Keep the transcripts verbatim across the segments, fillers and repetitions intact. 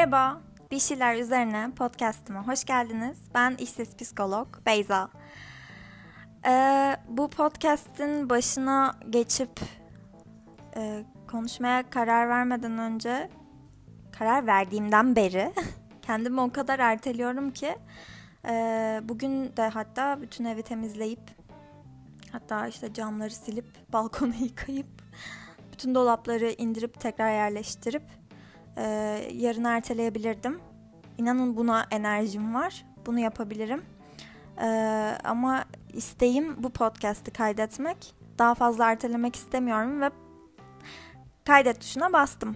Merhaba, Bir Şeyler Üzerine podcast'ıma hoş geldiniz. Ben işsiz psikolog Beyza. Ee, bu podcast'in başına geçip e, konuşmaya karar vermeden önce, karar verdiğimden beri kendimi o kadar erteliyorum ki e, bugün de hatta bütün evi temizleyip, hatta işte camları silip, balkonu yıkayıp, bütün dolapları indirip tekrar yerleştirip e, yarın erteleyebilirdim. İnanın buna enerjim var. Bunu yapabilirim. Ee, ama isteğim bu podcast'ı kaydetmek. Daha fazla ertelemek istemiyorum ve kaydet tuşuna bastım.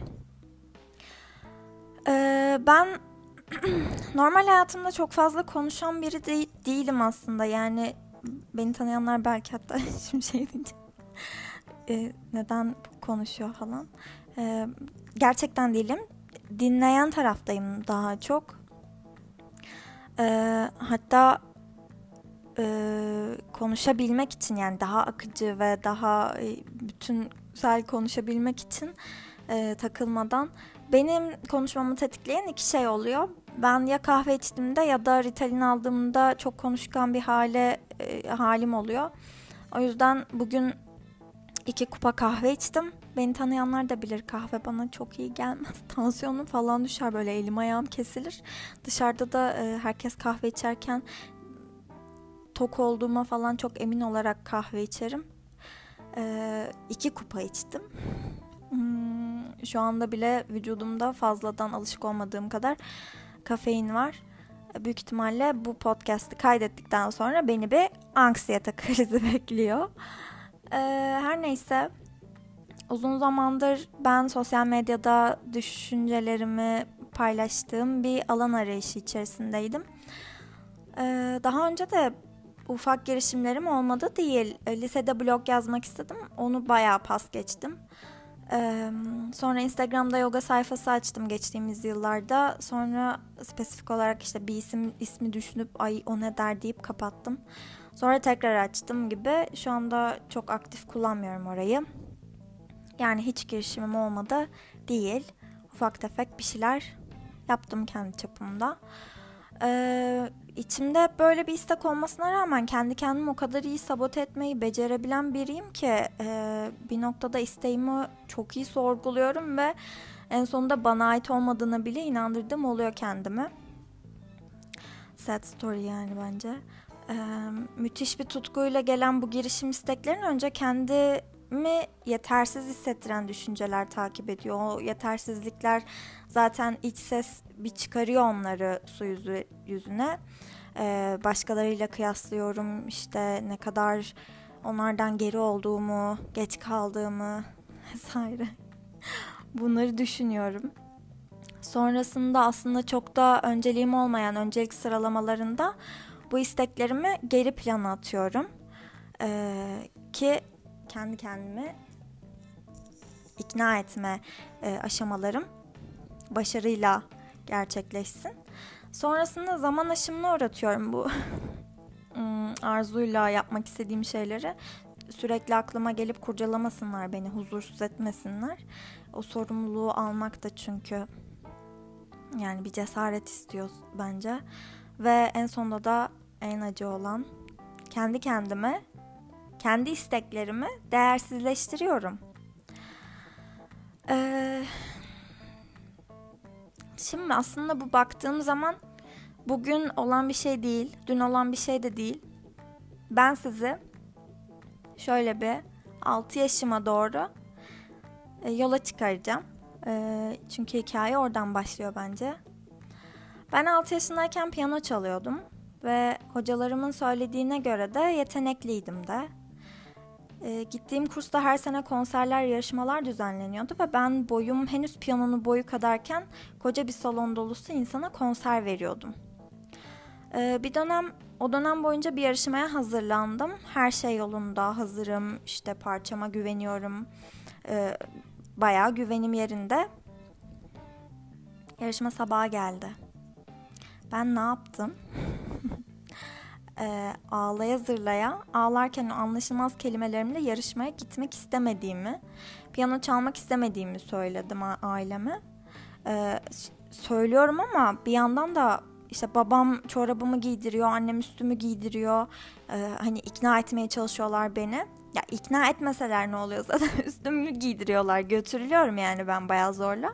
Ee, ben normal hayatımda çok fazla konuşan biri de- değilim aslında. Yani beni tanıyanlar belki hatta şimdi şey diyeceğim. Ee, neden konuşuyor falan. Ee, gerçekten değilim. Dinleyen taraftayım daha çok. Ee, hatta e, konuşabilmek için, yani daha akıcı ve daha e, bütünsel konuşabilmek için e, takılmadan benim konuşmamı tetikleyen iki şey oluyor. Ben ya kahve içtiğimde ya da Ritalin aldığımda çok konuşkan bir hale e, halim oluyor. O yüzden bugün iki kupa kahve içtim. Beni tanıyanlar da bilir, kahve bana çok iyi gelmez. Tansiyonum falan düşer, böyle elim ayağım kesilir. Dışarıda da e, herkes kahve içerken tok olduğuma falan çok emin olarak kahve içerim. E, iki kupa içtim. Hmm, şu anda bile vücudumda fazladan alışık olmadığım kadar kafein var. Büyük ihtimalle bu podcast'ı kaydettikten sonra beni bir anksiyete krizi bekliyor. E, her neyse. Uzun zamandır ben sosyal medyada düşüncelerimi paylaştığım bir alan arayışı içerisindeydim. Ee, daha önce de ufak girişimlerim olmadı değil. Lisede blog yazmak istedim. Onu bayağı pas geçtim. Ee, sonra Instagram'da yoga sayfası açtım geçtiğimiz yıllarda. Sonra spesifik olarak işte bir isim ismi düşünüp ay o ne der deyip kapattım. Sonra tekrar açtım gibi. Şu anda çok aktif kullanmıyorum orayı. Yani hiç girişimim olmadı değil. Ufak tefek bir şeyler yaptım kendi çapımda. Ee, içimde böyle bir istek olmasına rağmen kendi kendimi o kadar iyi sabote etmeyi becerebilen biriyim ki e, bir noktada isteğimi çok iyi sorguluyorum ve en sonunda bana ait olmadığına bile inandırdığım oluyor kendimi. Sad story yani bence. Ee, müthiş bir tutkuyla gelen bu girişim isteklerin önce kendimi yetersiz hissettiren düşünceler takip ediyor. O yetersizlikler zaten iç ses bir çıkarıyor onları su yüzü, yüzüne. Ee, başkalarıyla kıyaslıyorum, işte ne kadar onlardan geri olduğumu, geç kaldığımı vesaire. Bunları düşünüyorum. Sonrasında aslında çok da önceliğim olmayan öncelik sıralamalarında bu isteklerimi geri plana atıyorum. Ee, ki kendi kendimi ikna etme e, aşamalarım başarıyla gerçekleşsin. Sonrasında zaman aşımına uğratıyorum bu arzuyla yapmak istediğim şeyleri. Sürekli aklıma gelip kurcalamasınlar beni, huzursuz etmesinler. O sorumluluğu almak da çünkü yani bir cesaret istiyor bence. Ve en sonunda da en acı olan, kendi kendime, kendi isteklerimi değersizleştiriyorum. Ee, şimdi aslında bu baktığım zaman bugün olan bir şey değil, dün olan bir şey de değil. Ben sizi şöyle bir altı yaşıma doğru e, yola çıkaracağım. E, çünkü hikaye oradan başlıyor bence. Ben altı yaşındayken piyano çalıyordum ve hocalarımın söylediğine göre de yetenekliydim de. E, gittiğim kursta her sene konserler, yarışmalar düzenleniyordu ve ben boyum henüz piyanonun boyu kadarken koca bir salon dolusu insana konser veriyordum. E, bir dönem, o dönem boyunca bir yarışmaya hazırlandım. Her şey yolunda, hazırım, işte parçama güveniyorum, e, bayağı güvenim yerinde. Yarışma sabahı geldi. Ben ne yaptım? e, ağlaya zırlaya, ağlarken anlaşılmaz kelimelerimle yarışmaya gitmek istemediğimi, piyano çalmak istemediğimi söyledim aileme. Ee, söylüyorum ama bir yandan da işte babam çorabımı giydiriyor, annem üstümü giydiriyor. Ee, hani ikna etmeye çalışıyorlar beni. Ya ikna etmeseler ne oluyor zaten üstümü giydiriyorlar, götürülüyorum yani ben bayağı zorla.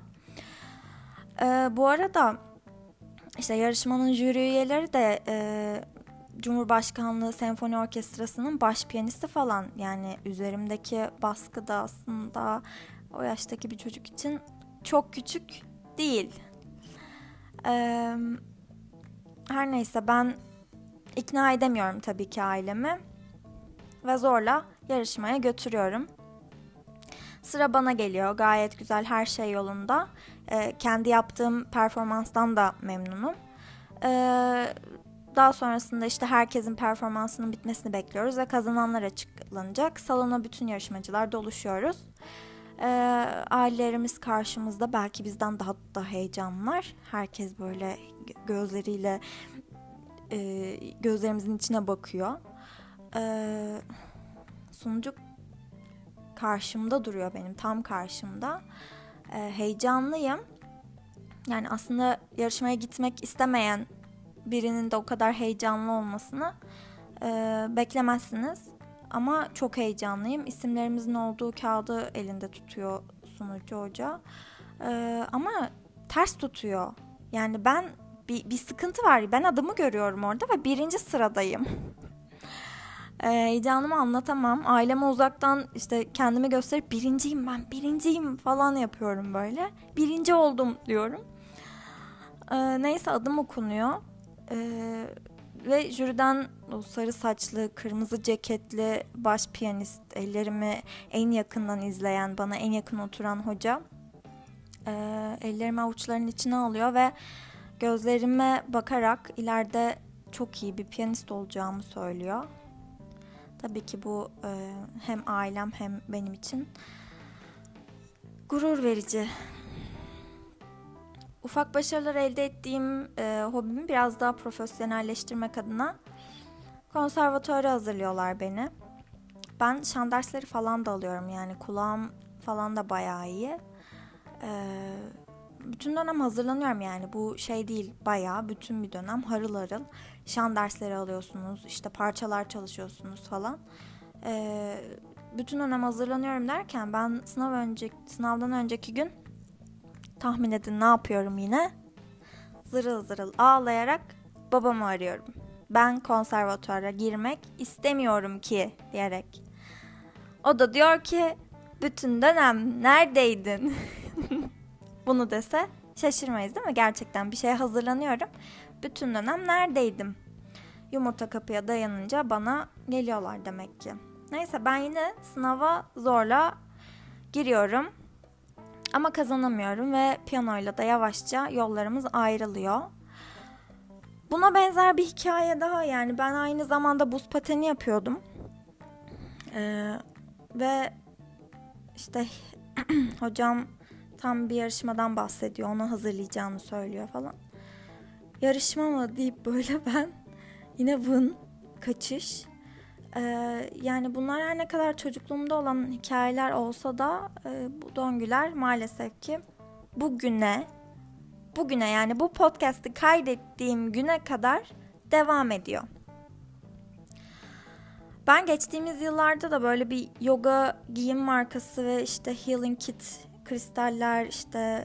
Ee, bu arada işte yarışmanın jüri üyeleri de e, Cumhurbaşkanlığı Senfoni Orkestrası'nın baş piyanisti falan. Yani üzerimdeki baskı da aslında o yaştaki bir çocuk için çok küçük değil. Ee, her neyse ben ikna edemiyorum tabii ki ailemi ve zorla yarışmaya götürüyorum. Sıra bana geliyor, gayet güzel, her şey yolunda. Ee, kendi yaptığım performanstan da memnunum. Ee, daha sonrasında işte herkesin performansının bitmesini bekliyoruz ve kazananlar açıklanacak. Salona bütün yarışmacılar doluşuyoruz. Ee, ailelerimiz karşımızda, belki bizden daha da heyecanlılar. Herkes böyle gözleriyle e, gözlerimizin içine bakıyor. Ee, sunucu karşımda duruyor, benim tam karşımda. Ee, heyecanlıyım. Yani aslında yarışmaya gitmek istemeyen birinin de o kadar heyecanlı olmasını e, beklemezsiniz. Ama çok heyecanlıyım. İsimlerimizin olduğu kağıdı elinde tutuyor sunucu hoca. E, ama ters tutuyor. Yani ben bir, bir sıkıntı var. Ben adımı görüyorum orada ve birinci sıradayım. e, heyecanımı anlatamam. Aileme uzaktan işte kendimi gösterip birinciyim ben, birinciyim falan yapıyorum böyle. Birinci oldum diyorum. E, neyse adım okunuyor. Ee, ve jüriden o sarı saçlı, kırmızı ceketli baş piyanist, ellerimi en yakından izleyen, bana en yakın oturan hoca e, ellerimi avuçlarının içine alıyor ve gözlerime bakarak ileride çok iyi bir piyanist olacağımı söylüyor. Tabii ki bu e, hem ailem hem benim için gurur verici. Ufak başarılar elde ettiğim e, hobimi biraz daha profesyonelleştirmek adına konservatuara hazırlıyorlar beni. Ben şan dersleri falan da alıyorum, yani kulağım falan da bayağı iyi. E, bütün dönem hazırlanıyorum, yani bu şey değil, bayağı bütün bir dönem harıl harıl şan dersleri alıyorsunuz, işte parçalar çalışıyorsunuz falan. E, bütün dönem hazırlanıyorum derken ben sınav önce, sınavdan önceki gün tahmin edin ne yapıyorum yine? Zırıl zırıl ağlayarak babamı arıyorum. Ben konservatuara girmek istemiyorum ki diyerek. O da diyor ki bütün dönem neredeydin? Bunu dese şaşırmayız değil mi? Gerçekten bir şeye hazırlanıyorum. Bütün dönem neredeydim? Yumurta kapıya dayanınca bana geliyorlar demek ki. Neyse ben yine sınava zorla giriyorum. Ama kazanamıyorum ve piyanoyla da yavaşça yollarımız ayrılıyor. Buna benzer bir hikaye daha, yani ben aynı zamanda buz pateni yapıyordum. Ee, ve işte hocam tam bir yarışmadan bahsediyor, onu hazırlayacağını söylüyor falan. Yarışma mı deyip böyle ben yine vın, kaçış. Ee, yani bunlar her ne kadar çocukluğumda olan hikayeler olsa da e, bu döngüler maalesef ki bugüne, bugüne yani bu podcast'ı kaydettiğim güne kadar devam ediyor. Ben geçtiğimiz yıllarda da böyle bir yoga giyim markası ve işte healing kit, kristaller, işte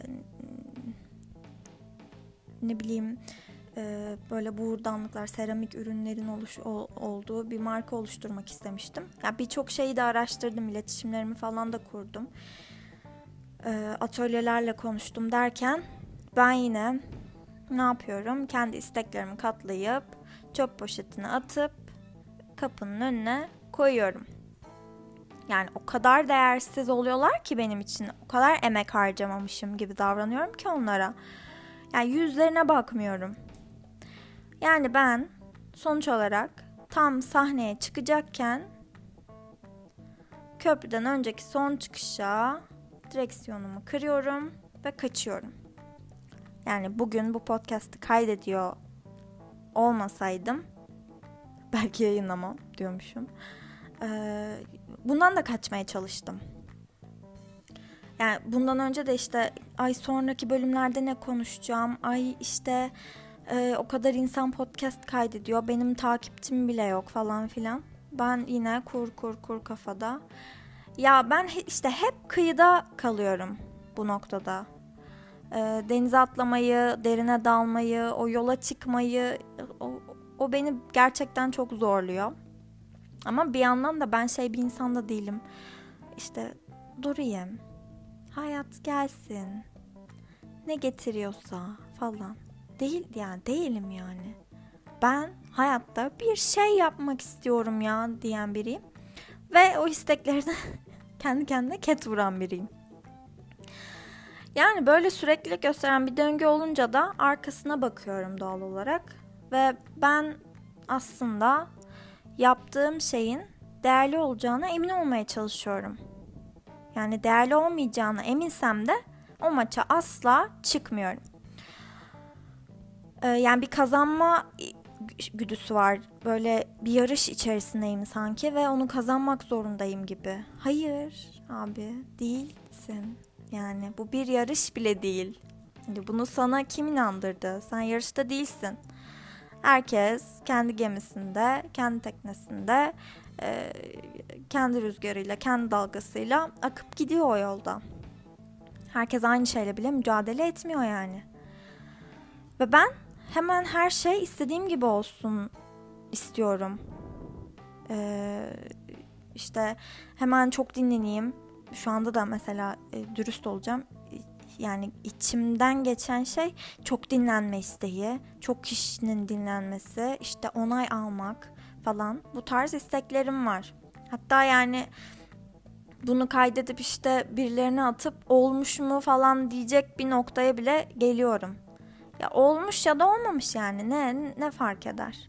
ne bileyim böyle buğurdanlıklar, seramik ürünlerin oluş, olduğu bir marka oluşturmak istemiştim. Yani birçok şeyi de araştırdım, iletişimlerimi falan da kurdum. Atölyelerle konuştum derken ben yine ne yapıyorum? Kendi isteklerimi katlayıp çöp poşetine atıp kapının önüne koyuyorum. Yani o kadar değersiz oluyorlar ki benim için, o kadar emek harcamamışım gibi davranıyorum ki onlara. Yani yüzlerine bakmıyorum. Yani ben sonuç olarak tam sahneye çıkacakken köprüden önceki son çıkışa direksiyonumu kırıyorum ve kaçıyorum. Yani bugün bu podcast'ı kaydediyor olmasaydım belki yayınlamam diyormuşum. Ee, bundan da kaçmaya çalıştım. Yani bundan önce de işte ay sonraki bölümlerde ne konuşacağım, ay işte e, o kadar insan podcast kaydediyor, benim takipçim bile yok falan filan. Ben yine kur kur kur kafada. Ya ben işte hep kıyıda kalıyorum bu noktada. E, denize atlamayı, derine dalmayı, o yola çıkmayı, o, o beni gerçekten çok zorluyor. Ama bir yandan da ben şey bir insan da değilim. İşte durayım, hayat gelsin, ne getiriyorsa falan. Değil yani, değilim yani. Ben hayatta bir şey yapmak istiyorum ya diyen biriyim. Ve o isteklerine kendi kendine ket vuran biriyim. Yani böyle sürekli gösteren bir döngü olunca da arkasına bakıyorum doğal olarak. Ve ben aslında yaptığım şeyin değerli olacağına emin olmaya çalışıyorum. Yani değerli olmayacağına eminsem de o maça asla çıkmıyorum. Ee, yani bir kazanma güdüsü var. Böyle bir yarış içerisindeyim sanki ve onu kazanmak zorundayım gibi. Hayır abi, değilsin. Yani bu bir yarış bile değil. Bunu sana kim inandırdı? Sen yarışta değilsin. Herkes kendi gemisinde, kendi teknesinde, e, kendi rüzgarıyla, kendi dalgasıyla akıp gidiyor o yolda. Herkes aynı şeyle bile mücadele etmiyor yani. Ve ben hemen her şey istediğim gibi olsun istiyorum. Ee, işte hemen çok dinleneyim. Şu anda da mesela e, dürüst olacağım. Yani içimden geçen şey çok dinlenme isteği, çok kişinin dinlenmesi, işte onay almak falan. Bu tarz isteklerim var. Hatta yani bunu kaydedip işte birilerine atıp olmuş mu falan diyecek bir noktaya bile geliyorum. Ya olmuş ya da olmamış yani ne ne fark eder?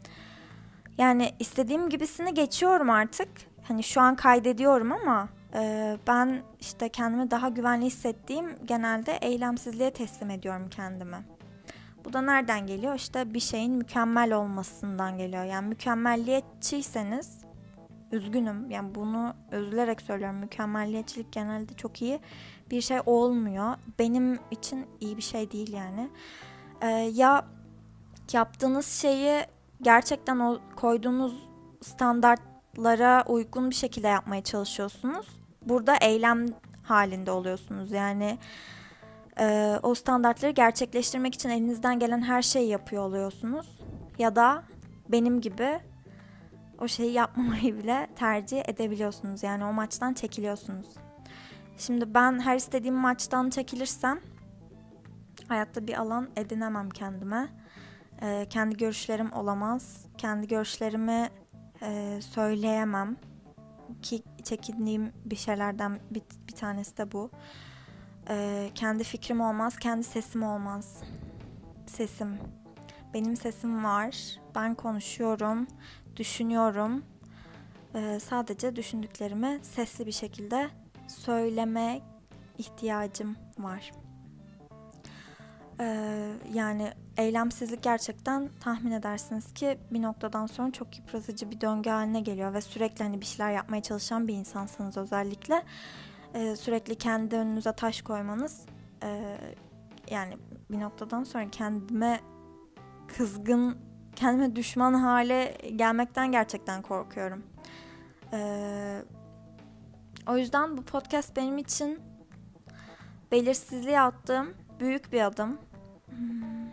Yani istediğim gibisini geçiyorum artık. Hani şu an kaydediyorum ama e, ben işte kendimi daha güvenli hissettiğim genelde eylemsizliğe teslim ediyorum kendimi. Bu da nereden geliyor? İşte bir şeyin mükemmel olmasından geliyor. Yani mükemmelliyetçiyseniz, üzgünüm yani bunu üzülerek söylüyorum. Mükemmelliyetçilik genelde çok iyi bir şey olmuyor. Benim için iyi bir şey değil yani. Ee, ya yaptığınız şeyi gerçekten o koyduğunuz standartlara uygun bir şekilde yapmaya çalışıyorsunuz. Burada eylem halinde oluyorsunuz. Yani e, o standartları gerçekleştirmek için elinizden gelen her şeyi yapıyor oluyorsunuz. Ya da benim gibi o şeyi yapmamayı bile tercih edebiliyorsunuz. Yani o maçtan çekiliyorsunuz. Şimdi ben her istediğim maçtan çekilirsem hayatta bir alan edinemem kendime. Ee, kendi görüşlerim olamaz. Kendi görüşlerimi e, söyleyemem. Ki çekindiğim bir şeylerden bir, bir tanesi de bu. Ee, kendi fikrim olmaz, kendi sesim olmaz. Sesim. Benim sesim var. Ben konuşuyorum, düşünüyorum. Ee, sadece düşündüklerimi sesli bir şekilde söyleme ihtiyacım var. Ee, yani eylemsizlik gerçekten tahmin edersiniz ki bir noktadan sonra çok yıpratıcı bir döngü haline geliyor ve sürekli hani bir şeyler yapmaya çalışan bir insansınız özellikle. Ee, sürekli kendi önünüze taş koymanız e, yani bir noktadan sonra kendime kızgın, kendime düşman hale gelmekten gerçekten korkuyorum. Ee, o yüzden bu podcast benim için belirsizliğe attığım büyük bir adım. Hmm.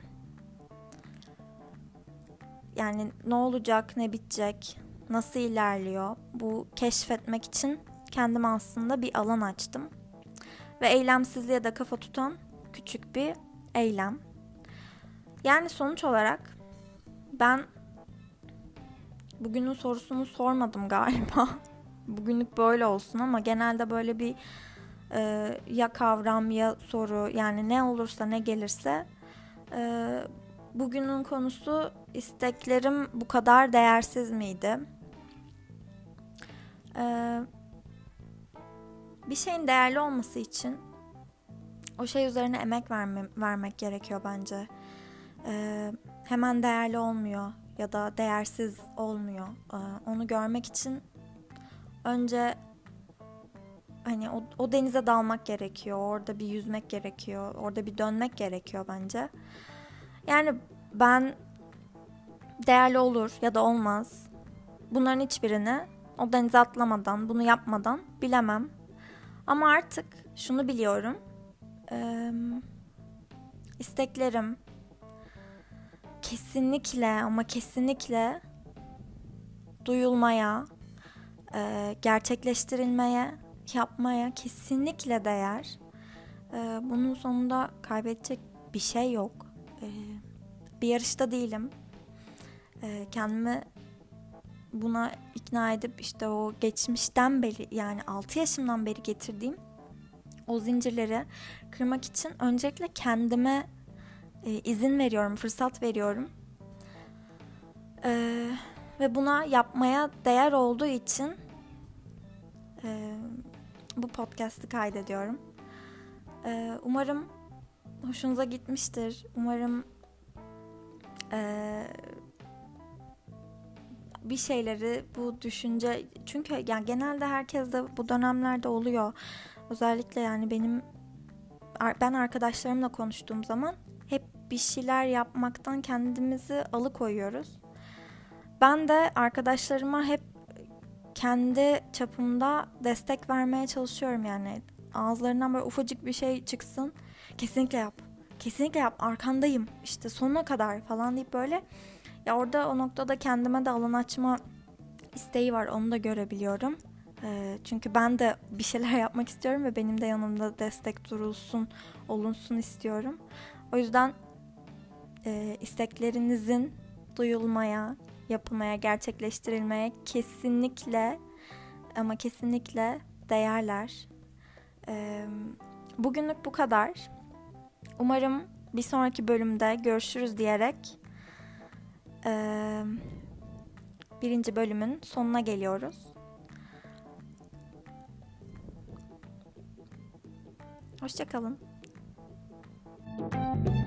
Yani ne olacak, ne bitecek, nasıl ilerliyor? Bu keşfetmek için kendime aslında bir alan açtım. Ve eylemsizliğe de kafa tutan küçük bir eylem. Yani sonuç olarak ben bugünün sorusunu sormadım galiba. Bugünlük böyle olsun ama genelde böyle bir e, ya kavram ya soru, yani ne olursa ne gelirse e, bugünün konusu isteklerim bu kadar değersiz miydi? E, bir şeyin değerli olması için o şey üzerine emek verme, vermek gerekiyor bence. E, hemen değerli olmuyor ya da değersiz olmuyor. E, onu görmek için önce hani o, o denize dalmak gerekiyor. Orada bir yüzmek gerekiyor. Orada bir dönmek gerekiyor bence. Yani ben değerli olur ya da olmaz. Bunların hiçbirini o denize atlamadan, bunu yapmadan bilemem. Ama artık şunu biliyorum. Ee, isteklerim kesinlikle ama kesinlikle duyulmaya, e, gerçekleştirilmeye, yapmaya kesinlikle değer. E, bunun sonunda kaybedecek bir şey yok. E, bir yarışta değilim. E, kendimi buna ikna edip işte o geçmişten beri, yani altı yaşımdan beri getirdiğim o zincirleri kırmak için öncelikle kendime e, izin veriyorum, fırsat veriyorum. E, ve buna yapmaya değer olduğu için e, bu podcast'ı kaydediyorum. E, umarım hoşunuza gitmiştir. Umarım e, bir şeyleri, bu düşünce, çünkü yani genelde herkes de bu dönemlerde oluyor. Özellikle yani benim ben arkadaşlarımla konuştuğum zaman hep bir şeyler yapmaktan kendimizi alıkoyuyoruz. Ben de arkadaşlarıma hep kendi çapımda destek vermeye çalışıyorum yani. Ağızlarından böyle ufacık bir şey çıksın. Kesinlikle yap. Kesinlikle yap. Arkandayım. İşte sonuna kadar falan deyip böyle. Ya orada o noktada kendime de alan açma isteği var. Onu da görebiliyorum. E, çünkü ben de bir şeyler yapmak istiyorum ve benim de yanımda destek durulsun, olunsun istiyorum. O yüzden e, isteklerinizin duyulmaya, yapılmaya, gerçekleştirilmeye kesinlikle ama kesinlikle değerler. E, bugünlük bu kadar. Umarım bir sonraki bölümde görüşürüz diyerek e, birinci bölümün sonuna geliyoruz. Hoşça kalın.